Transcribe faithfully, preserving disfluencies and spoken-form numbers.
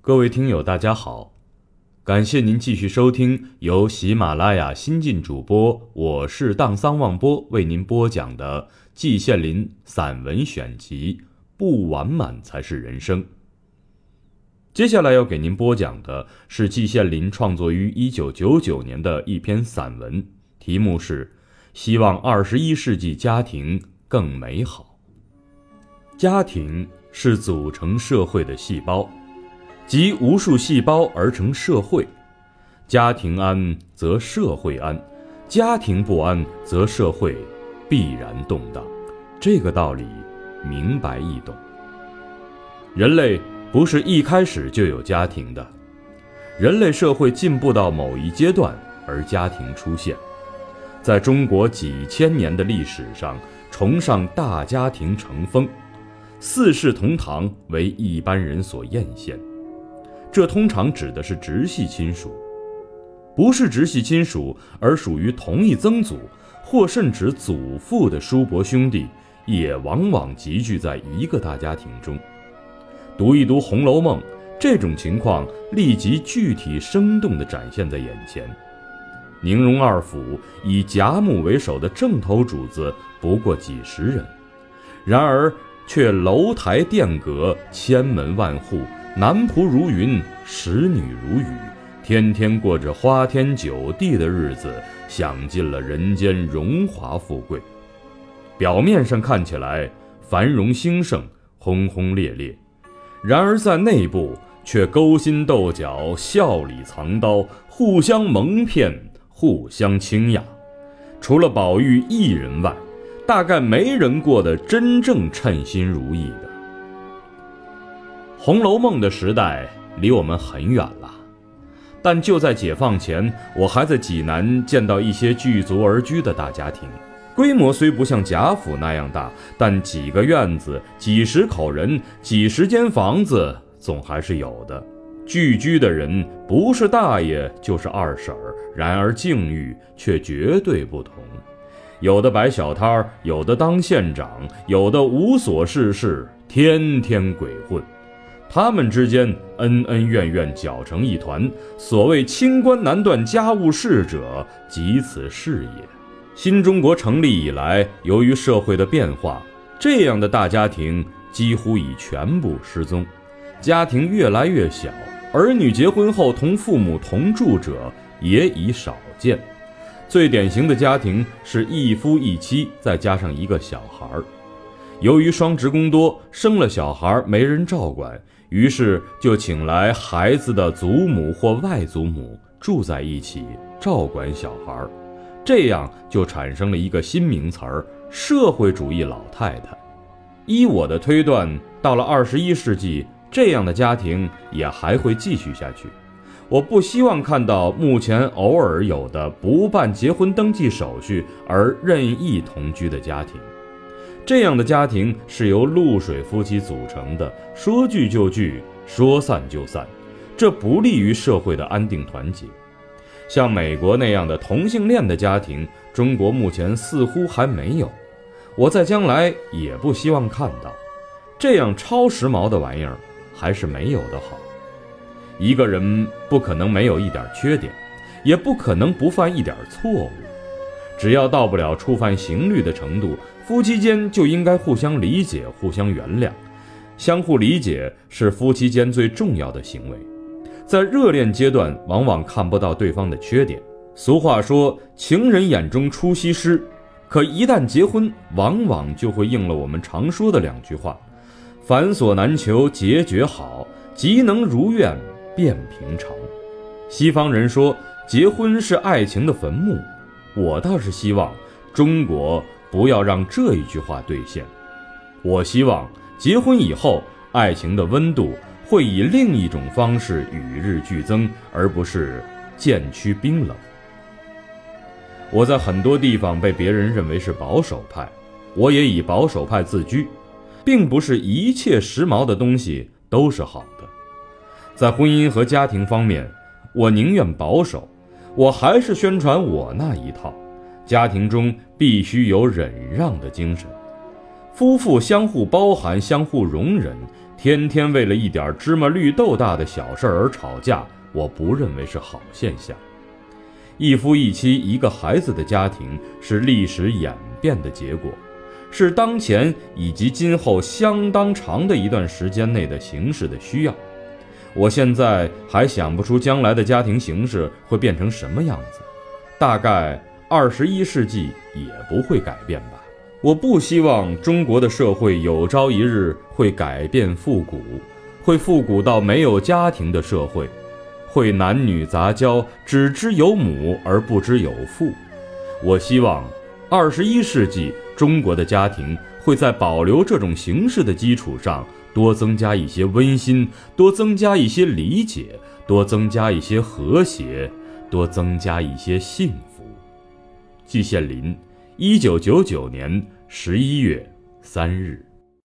各位听友大家好，感谢您继续收听由喜马拉雅新晋主播我是荡桑望波为您播讲的季羡林散文选集《不完满才是人生》。接下来要给您播讲的是季羡林创作于一九九九年的一篇散文，题目是希望二十一世纪家庭更美好。家庭是组成社会的细胞，集无数细胞而成社会。家庭安则社会安，家庭不安则社会必然动荡。这个道理明白易懂。人类不是一开始就有家庭的，人类社会进步到某一阶段而家庭出现。在中国几千年的历史上，崇尚大家庭成风，四世同堂为一般人所艳羡。这通常指的是直系亲属，不是直系亲属而属于同一曾祖或甚至祖父的叔伯兄弟，也往往集聚在一个大家庭中。读一读《红楼梦》，这种情况立即具体生动地展现在眼前。宁荣二府以贾母为首的正头主子不过几十人，然而却楼台殿阁，千门万户，男仆如云，使女如雨，天天过着花天酒地的日子，享尽了人间荣华富贵。表面上看起来繁荣兴盛，轰轰烈烈，然而在内部却勾心斗角，笑里藏刀，互相蒙骗，互相倾轧。除了宝玉一人外，大概没人过得真正称心如意的。《红楼梦》的时代离我们很远了，但就在解放前，我还在济南见到一些聚族而居的大家庭，规模虽不像贾府那样大，但几个院子、几十口人、几十间房子总还是有的。聚居的人不是大爷就是二婶儿，然而境遇却绝对不同。有的摆小摊儿，有的当县长，有的无所事事，天天鬼混。他们之间恩恩怨怨搅成一团，所谓清官难断家务事者，即此是也。新中国成立以来，由于社会的变化，这样的大家庭几乎已全部失踪，家庭越来越小，儿女结婚后同父母同住者也已少见。最典型的家庭是一夫一妻，再加上一个小孩。由于双职工多，生了小孩没人照管，于是就请来孩子的祖母或外祖母住在一起照管小孩，这样就产生了一个新名词儿——社会主义老太太。依我的推断，到了二十一世纪，这样的家庭也还会继续下去。我不希望看到目前偶尔有的不办结婚登记手续而任意同居的家庭。这样的家庭是由露水夫妻组成的，说聚就聚，说散就散，这不利于社会的安定团结。像美国那样的同性恋的家庭，中国目前似乎还没有，我在将来也不希望看到。这样超时髦的玩意儿还是没有的好。一个人不可能没有一点缺点，也不可能不犯一点错误。只要到不了触犯刑律的程度，夫妻间就应该互相理解，互相原谅。相互理解是夫妻间最重要的行为。在热恋阶段，往往看不到对方的缺点。俗话说，情人眼中出西施，可一旦结婚，往往就会应了我们常说的两句话：繁琐难求，结觉好；即能如愿，变平常。西方人说结婚是爱情的坟墓，我倒是希望中国不要让这一句话兑现。我希望结婚以后，爱情的温度会以另一种方式与日俱增，而不是渐趋冰冷。我在很多地方被别人认为是保守派，我也以保守派自居，并不是一切时髦的东西都是好的。在婚姻和家庭方面，我宁愿保守，我还是宣传我那一套。家庭中必须有忍让的精神，夫妇相互包含，相互容忍， 天天为了一点芝麻绿豆大的小事而吵架，我不认为是好现象。一夫一妻一个孩子的家庭是历史演变的结果，是当前以及今后相当长的一段时间内的形势的需要。我现在还想不出将来的家庭形势会变成什么样子，大概二十一世纪也不会改变吧。我不希望中国的社会有朝一日会改变复古，会复古到没有家庭的社会，会男女杂交，只知有母而不知有父。我希望二十一世纪中国的家庭会在保留这种形式的基础上，多增加一些温馨，多增加一些理解，多增加一些和谐，多增加一些幸福。季羡林，一九九九年十一月三日。